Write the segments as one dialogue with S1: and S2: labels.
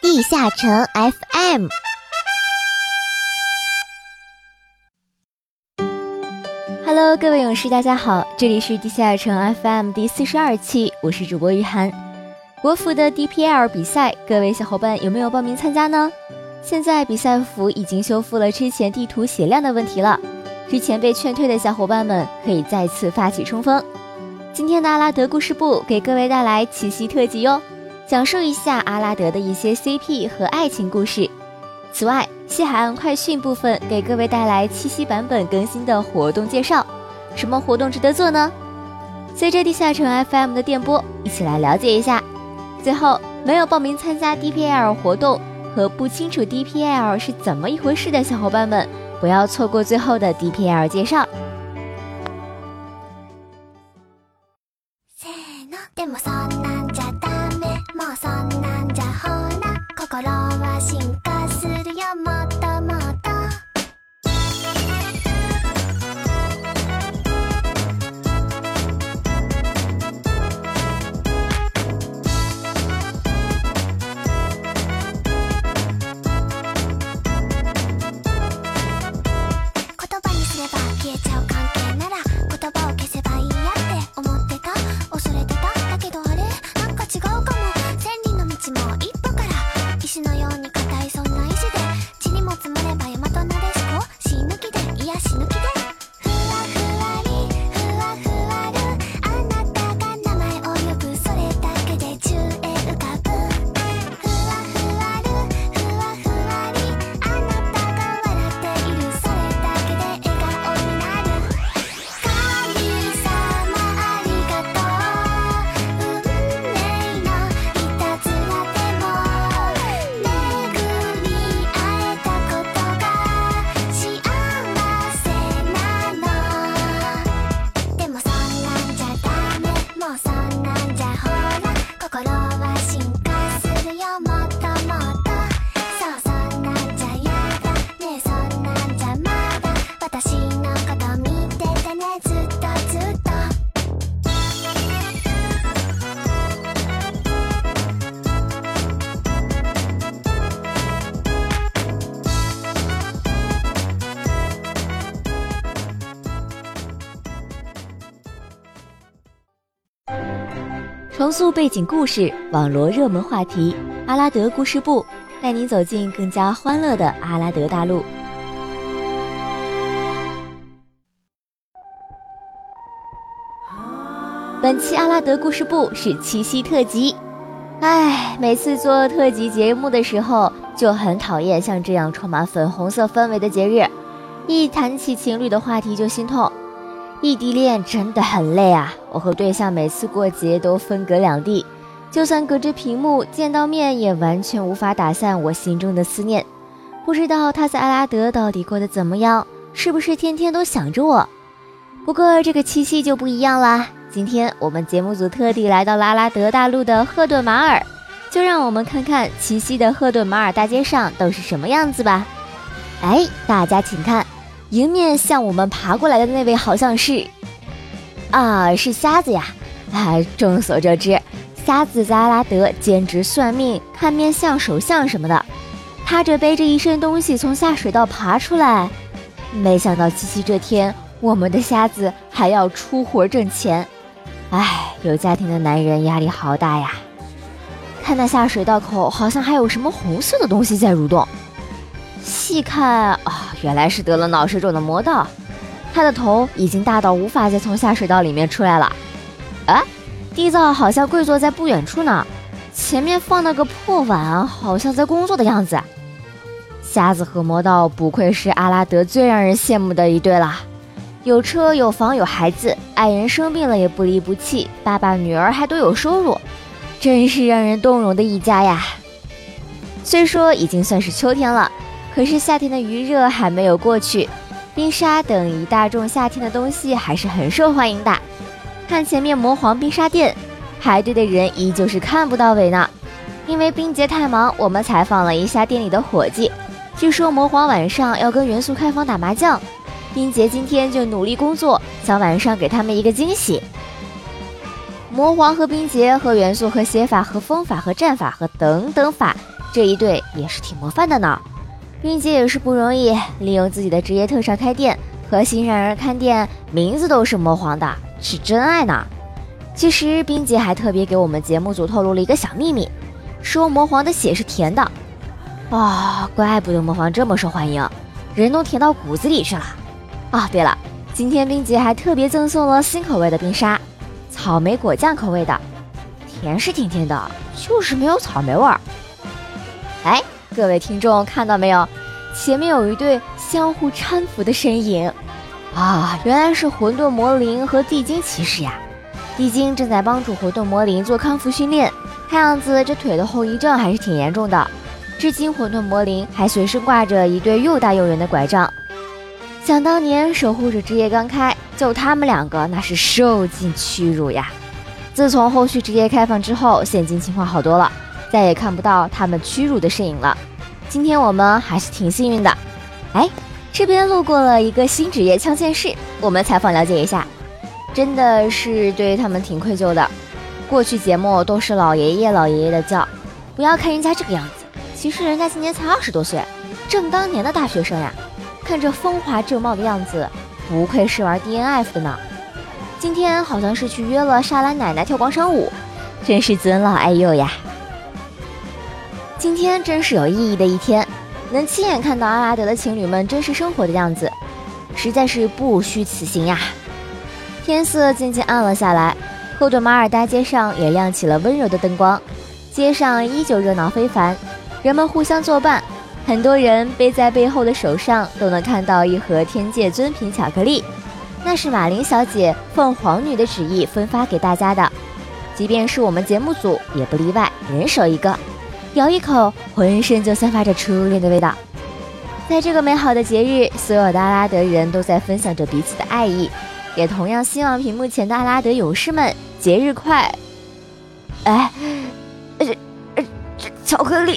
S1: 地下城 FM。Hello， 各位勇士，大家好，这里是地下城 FM 第42期，我是主播雨涵。国服的 DPL 比赛，各位小伙伴有没有报名参加呢？现在比赛服已经修复了之前地图血量的问题了，之前被劝退的小伙伴们可以再次发起冲锋。今天的阿拉德故事部给各位带来七夕特辑哟，讲述一下阿拉德的一些 CP 和爱情故事。此外，西海岸快讯部分给各位带来七夕版本更新的活动介绍，什么活动值得做呢？随着地下城 FM 的电波，一起来了解一下。最后，没有报名参加 DPL 活动和不清楚 DPL 是怎么一回事的小伙伴们，不要错过最后的 DPL 介绍。
S2: でもそんなんじゃダメ、もうそんなんじゃほら心は進化するよ、もっともっと。言葉にすれば消えちゃう関係なら言葉を消せばいいやって思ってた、恐れてた。だけどあれなんか違うかも。千里の道も一歩から、石のように硬いそんな意志で、地にも積もれば山となでしこ、死ぬ気で、いや死ぬ気で、ふわふわりふわふわる、あなたが名前を呼ぶ、それだけで宙へ浮かぶ。ふわふわるふわふわり、あなたが笑っている、それだけで笑顔になる。神様ありがとう、運命のいたずらでも巡り会えたことが幸せなの。でもそんなんじゃダメ、もうそんなんじゃほら心は進化するよ、もっともっと。そう、そんなんじゃやだねえ、そんなんじゃまだ私のこと見ててね、ずっとずっと。
S1: 重塑背景故事，网罗热门话题，阿拉德故事部带您走进更加欢乐的阿拉德大陆。本期阿拉德故事部是七夕特辑。每次做特辑节目的时候就很讨厌像这样充满粉红色氛围的节日，一谈起情侣的话题就心痛。异地恋真的很累啊，我和对象每次过节都分隔两地，就算隔着屏幕见到面也完全无法打散我心中的思念。不知道他在阿拉德到底过得怎么样，是不是天天都想着我。不过这个七夕就不一样啦，今天我们节目组特地来到了阿拉德大陆的赫顿马尔，就让我们看看七夕的赫顿马尔大街上都是什么样子吧。大家请看，迎面向我们爬过来的那位好像是是瞎子呀。众所周知，瞎子在阿拉德兼职算命、看面相、手相什么的。他这背着一身东西从下水道爬出来，没想到七夕这天，我们的瞎子还要出活挣钱。有家庭的男人压力好大呀。看那下水道口好像还有什么红色的东西在蠕动，细看原来是得了脑水肿的魔道，他的头已经大到无法再从下水道里面出来了。地灶好像跪坐在不远处呢，前面放那个破碗，好像在工作的样子。瞎子和魔道不愧是阿拉德最让人羡慕的一对了，有车有房有孩子，爱人生病了也不离不弃，爸爸女儿还都有收入，真是让人动容的一家呀。虽说已经算是秋天了，可是夏天的余热还没有过去，冰沙等一大众夏天的东西还是很受欢迎的。看前面魔皇冰沙店，排队的人依旧是看不到尾呢。因为冰姐太忙，我们采访了一下店里的伙计，据说魔皇晚上要跟元素开房打麻将，冰姐今天就努力工作，想晚上给他们一个惊喜。魔皇和冰结和元素和写法和风法和战法和等等法这一对也是挺模范的呢。冰姐也是不容易，利用自己的职业特长开店，和新冉儿看店，名字都是魔皇的，是真爱呢。其实冰姐还特别给我们节目组透露了一个小秘密，说魔皇的血是甜的。怪不得魔皇这么受欢迎，人都甜到骨子里去了。对了，今天冰姐还特别赠送了新口味的冰沙，草莓果酱口味的，甜是挺甜的，就是没有草莓味儿。各位听众看到没有？前面有一对相互搀扶的身影原来是混沌魔灵和地精骑士呀。地精正在帮助混沌魔灵做康复训练，看样子这腿的后遗症还是挺严重的。至今混沌魔灵还随身挂着一对又大又圆的拐杖。想当年守护者之夜刚开，就他们两个那是受尽屈辱呀。自从后续职业开放之后，现今情况好多了，再也看不到他们屈辱的身影了。今天我们还是挺幸运的。这边路过了一个新职业枪剑士，我们采访了解一下，真的是对他们挺愧疚的。过去节目都是老爷爷老爷爷的叫，不要看人家这个样子，其实人家今年才20多岁，正当年的大学生呀，看着风华正茂的样子，不愧是玩 DNF 的呢。今天好像是去约了莎兰奶奶跳广场舞，真是尊老爱幼呀。今天真是有意义的一天，能亲眼看到阿拉德的情侣们真实生活的样子，实在是不虚此行呀。天色渐渐暗了下来，后顿马尔大街上也亮起了温柔的灯光，街上依旧热闹非凡，人们互相作伴，很多人背在背后的手上都能看到一盒天界尊品巧克力，那是马林小姐奉皇女的旨意分发给大家的，即便是我们节目组也不例外，人手一个，咬一口浑身就散发着初恋的味道。在这个美好的节日，所有的阿拉德人都在分享着彼此的爱意，也同样希望屏幕前的阿拉德勇士们节日快。巧克力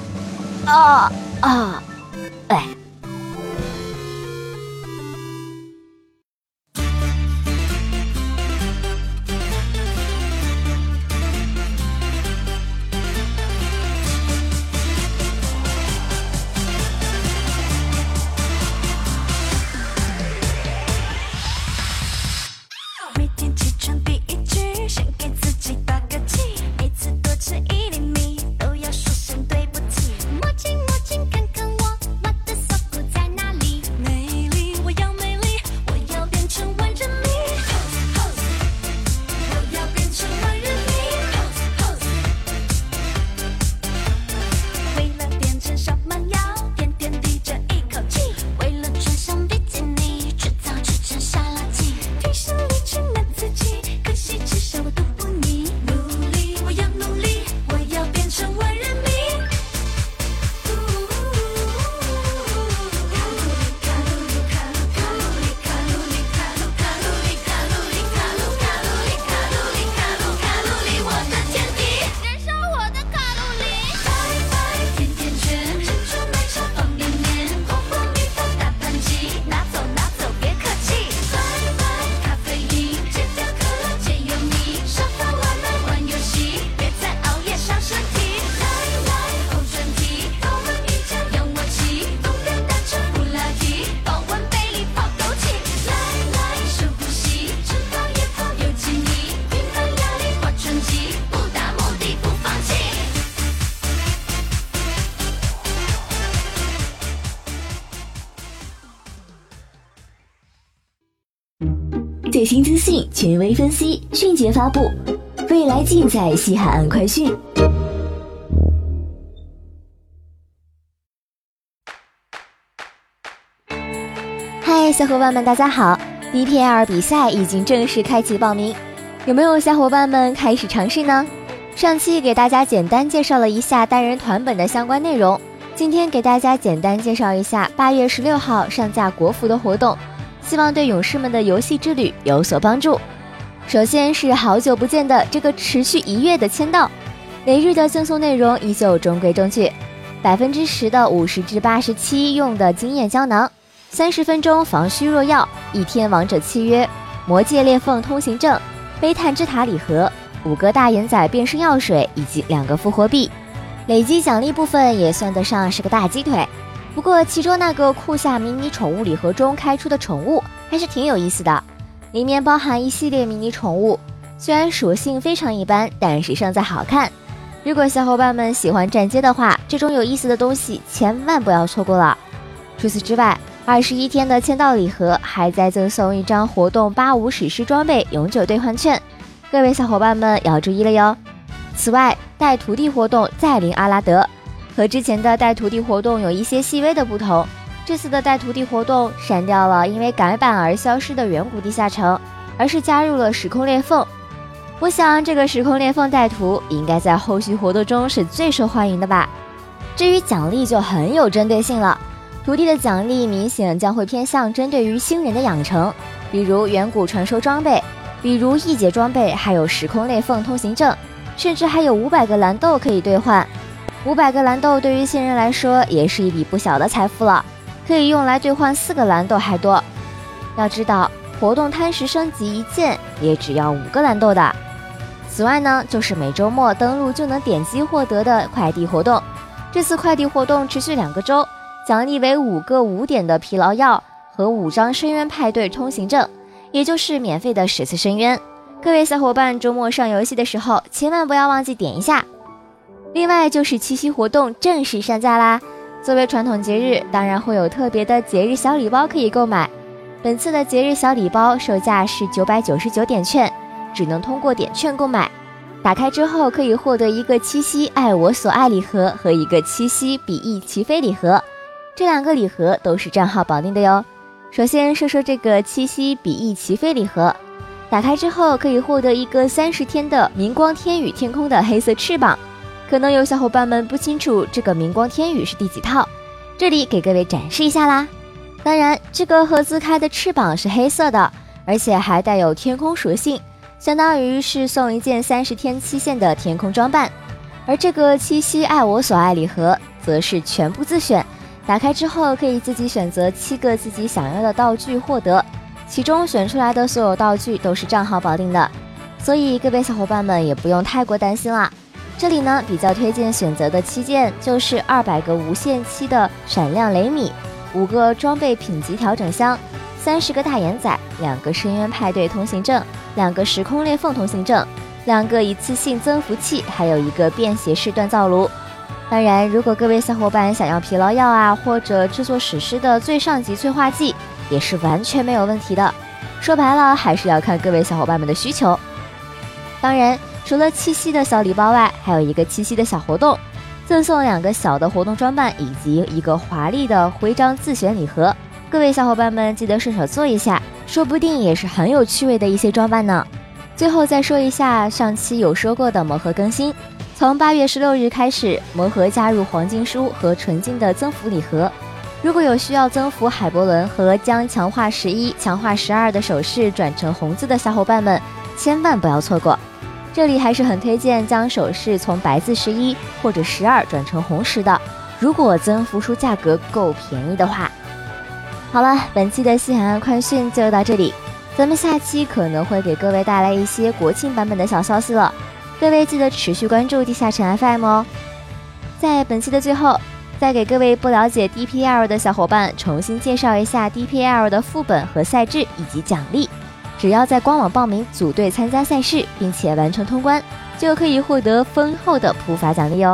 S2: 每天起床第一句，先给自己打个气，每次多吃1厘米都要说声对不起。墨镜墨镜看看我的锁骨在哪里？美丽，我要美丽，我要变成万人迷。我要变成万人迷。为了变成小蛮腰，天天滴着一口气，为了穿上比基尼，迟早只剩下垃圾。挺身离去难自己，可惜至少我都不腻。努力，我要努力，我要变成万人迷。卡路里卡路卡路里卡路里卡路卡路里卡路里卡路卡路里卡路里卡路卡路里，我的天敌，燃烧我的卡路里。拜拜甜甜圈，珍珠奶茶方便面，火锅米饭大盘鸡，拿走拿走别客气。拜拜咖啡因，戒掉可乐戒油腻，沙发外卖玩游戏，别再熬夜伤身体。来后转体，高温瑜伽仰卧起，动感单车普拉提，保温杯里泡枸杞。来深呼吸，吃饱夜跑有记忆，平凡压力划船机，不达目的不放弃。
S3: 最新资讯，权威分析，迅捷发布，未来尽在西海岸快讯。
S1: 嗨，小伙伴们，大家好 ！DPL 比赛已经正式开启报名，有没有小伙伴们开始尝试呢？上期给大家简单介绍了一下单人团本的相关内容，今天给大家简单介绍一下8月16号上架国服的活动，希望对勇士们的游戏之旅有所帮助。首先是好久不见的这个持续1月的签到，每日的赠送内容依旧中规中矩，10%的50至87用的经验胶囊，30分钟防虚弱药，1天王者契约，魔界裂缝通行证，悲叹之塔礼盒，5个大眼仔变身药水以及2个复活币累积奖励部分也算得上是个大鸡腿。不过其中那个酷夏迷你宠物礼盒中开出的宠物还是挺有意思的，里面包含一系列迷你宠物，虽然属性非常一般，但是胜在好看。如果小伙伴们喜欢站街的话，这种有意思的东西千万不要错过了。除此之外，21天的签到礼盒还在赠送一张活动85史诗装备永久兑换券，各位小伙伴们要注意了哟。此外，带徒弟活动再临阿拉德，和之前的带徒弟活动有一些细微的不同，这次的带徒弟活动删掉了因为改版而消失的远古地下城，而是加入了时空裂缝。我想这个时空裂缝带图应该在后续活动中是最受欢迎的吧。至于奖励就很有针对性了，徒弟的奖励明显将会偏向针对于新人的养成，比如远古传说装备，比如异界装备，还有时空裂缝通行证，甚至还有500个蓝豆可以兑换。500个蓝豆对于新人来说也是一笔不小的财富了，可以用来兑换4个蓝豆还多。要知道活动摊时升级一件也只要5个蓝豆的。此外呢，就是每周末登录就能点击获得的快递活动，这次快递活动持续2个周，奖励为5个5点的疲劳药和5张深渊派对通行证，也就是免费的10次深渊。各位小伙伴周末上游戏的时候千万不要忘记点一下。另外就是七夕活动正式上架啦，作为传统节日，当然会有特别的节日小礼包可以购买。本次的节日小礼包售价是999点券，只能通过点券购买。打开之后可以获得一个七夕爱我所爱礼盒和一个七夕比翼齐飞礼盒，这2个礼盒都是账号绑定的哟。首先说说这个七夕比翼齐飞礼盒，打开之后可以获得一个30天的明光天宇天空的黑色翅膀。可能有小伙伴们不清楚这个明光天宇是第几套，这里给各位展示一下啦。当然这个盒子开的翅膀是黑色的，而且还带有天空属性，相当于是送一件30天期限的天空装扮。而这个七夕爱我所爱礼盒则是全部自选，打开之后可以自己选择7个自己想要的道具获得，其中选出来的所有道具都是账号绑定的，所以各位小伙伴们也不用太过担心啦。这里呢比较推荐选择的7件就是200个无限期的闪亮雷米，5个装备品级调整箱，30个大眼仔，2个深渊派对通行证，2个时空裂缝通行证，2个一次性增幅器，还有1个便携式锻造炉。当然如果各位小伙伴想要疲劳药啊，或者制作史诗的最上级催化剂也是完全没有问题的，说白了还是要看各位小伙伴们的需求。当然除了七夕的小礼包外，还有一个七夕的小活动，赠送2个小的活动装扮以及1个华丽的徽章自选礼盒，各位小伙伴们记得顺手做一下，说不定也是很有趣味的一些装扮呢。最后再说一下上期有说过的魔盒更新，从8月16日开始，魔盒加入黄金书和纯金的增幅礼盒，如果有需要增幅海伯伦和将强化11、强化12的首饰转成红字的小伙伴们，千万不要错过。这里还是很推荐将首饰从白字11或者12转成红10的，如果增幅书价格够便宜的话。好了，本期的西海岸快讯就到这里，咱们下期可能会给各位带来一些国庆版本的小消息了，各位记得持续关注地下城 FM 哦。在本期的最后，再给各位不了解 DPL 的小伙伴重新介绍一下 DPL 的副本和赛制以及奖励。只要在官网报名组队参加赛事，并且完成通关，就可以获得丰厚的普法奖励哦。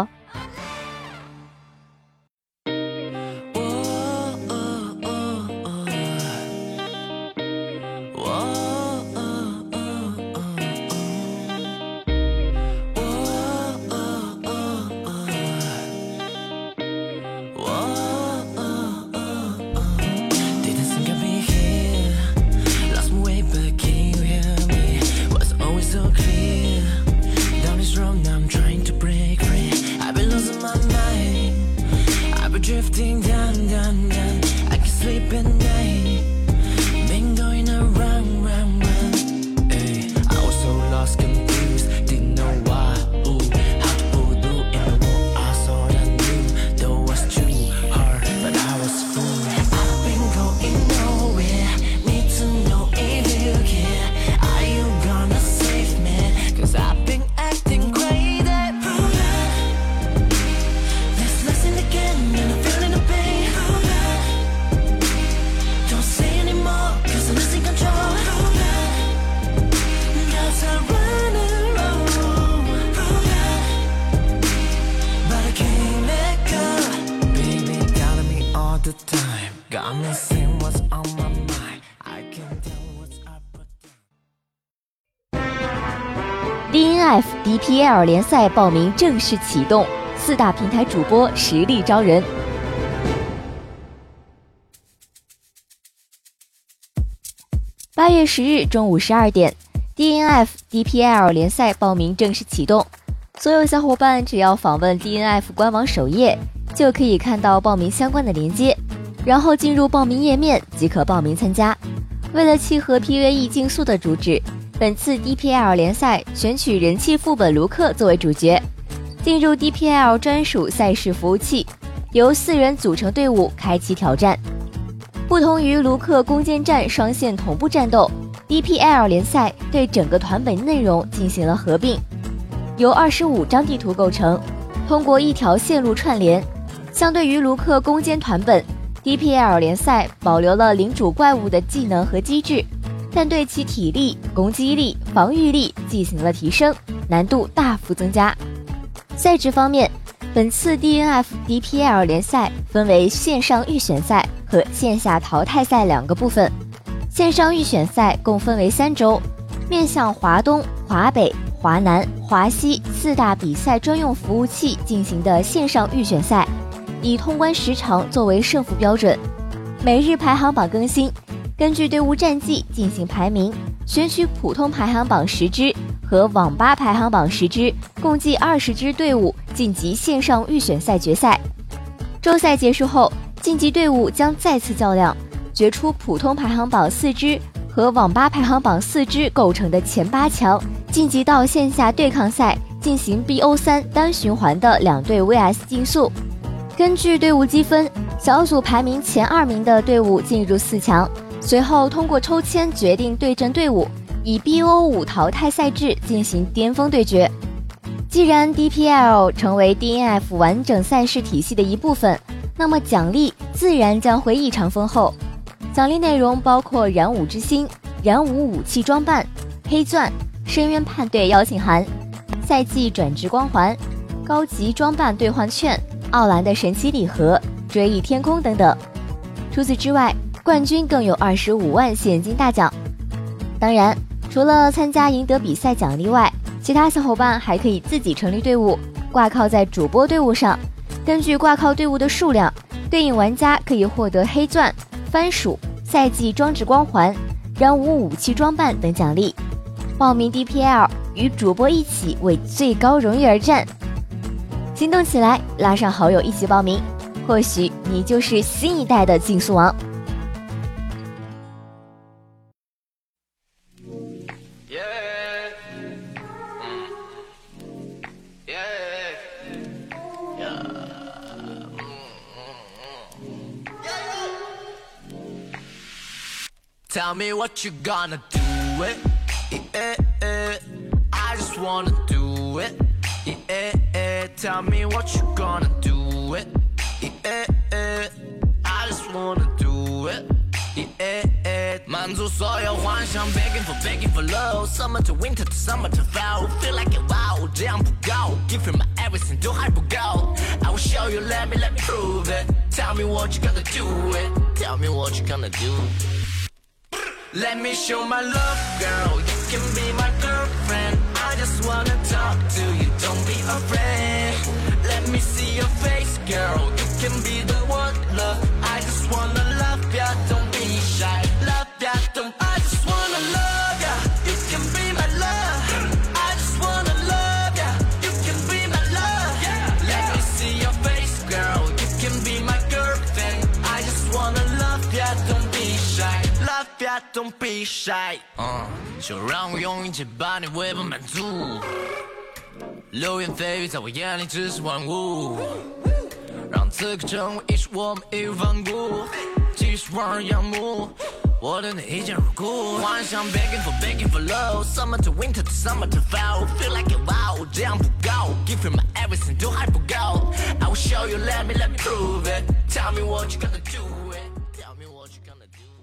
S4: Drifting down, down, down. I can sleep at night. Been going around, round, round. Ay, I was so lost, confused, didn't know why. Ooh, how to pull through in the world. I saw that I knew that was too hard, but I was fool. I've been going nowhere. Need to know if you care. Are you gonna save me? 'Cause I've been acting crazy. time. Got me saying what's on my mind. I can't tell what's up or down.
S1: DNF DPL 联赛报名正式启动，4大平台主播实力招人。8月10日中午12点 ，DNF DPL 联赛报名正式启动。所有小伙伴只要访问 DNF 官网首页，就可以看到报名相关的链接，然后进入报名页面即可报名参加。为了契合 PVE 竞速的主旨，本次 DPL 联赛选取人气副本卢克作为主角，进入 DPL 专属赛事服务器，由4人组成队伍开启挑战。不同于卢克攻坚战双线同步战斗， DPL 联赛对整个团本内容进行了合并，由25张地图构成，通过一条线路串联。相对于卢克攻坚团本， DPL 联赛保留了领主怪物的技能和机制，但对其体力、攻击力、防御力进行了提升，难度大幅增加。赛制方面，本次 DNF DPL 联赛分为线上预选赛和线下淘汰赛2个部分。线上预选赛共分为3周，面向华东、华北、华南、华西4大比赛专用服务器进行的线上预选赛，以通关时长作为胜负标准。每日排行榜更新，根据队伍战绩进行排名，选取普通排行榜10支和网吧排行榜10支，共计20支队伍晋级线上预选赛决赛。周赛结束后，晋级队伍将再次较量，决出普通排行榜4支和网吧排行榜4支构成的前8强，晋级到线下对抗赛进行 BO3 单循环的2队 VS 竞速。根据队伍积分，小组排名前2名的队伍进入4强，随后通过抽签决定对阵队伍，以 BO5 淘汰赛制进行巅峰对决。既然 DPL 成为 DNF 完整赛事体系的一部分，那么奖励自然将会异常丰厚。奖励内容包括燃武之星、燃武武器装扮、黑钻、深渊叛队邀请函、赛季转职光环、高级装扮兑换券、奥兰的神奇礼盒、追忆天空等等。除此之外，冠军更有25万现金大奖。当然，除了参加赢得比赛奖励外，其他小伙伴还可以自己成立队伍，挂靠在主播队伍上。根据挂靠队伍的数量，对应玩家可以获得黑钻、番薯、赛季装置光环、燃武武器装扮等奖励。报名 DPL， 与主播一起为最高荣誉而战。行动起来，拉上好友一起报名，或许你就是新一代的竞速王。
S4: Tell me what you gonna do it. Yeah, I just wanna do it. Yeah, tell me what you gonna do it. Yeah, I just wanna do it. Yeah, 满足所有幻想 begging for love. Summer to winter to summer to fall. Feel like it wow, 这样不够 Give you my everything 都还不够 I will show you, let me prove it. Tell me what you gonna do it. Tell me what you gonna do. Let me show my love, girl. You can be my girlfriend. I just wanna talk to you, don't be afraid. Let me see your face, girl. You can be the one, love. I just wanna love ya, don't be shy. Love ya, don't. I just wanna love ya. You can be my love. I just wanna love ya. You can be my love. Let me see your face, girl. You can be my girlfriend. I just wanna love ya, don't be shy.Love ya, don't be shy. 就让我用一切把你喂饱满足。流言蜚语在我眼里只是玩物，让此刻成为一时我们义无反顾，继续望而仰慕。我对你一见如故，幻想 begging for love. Summer to winter to summer to fall. Feel like it wow, 这样不够 Give you my everything 都还不够 I will show you, let me prove it. Tell me what you gonna do it. Tell me what you gonna do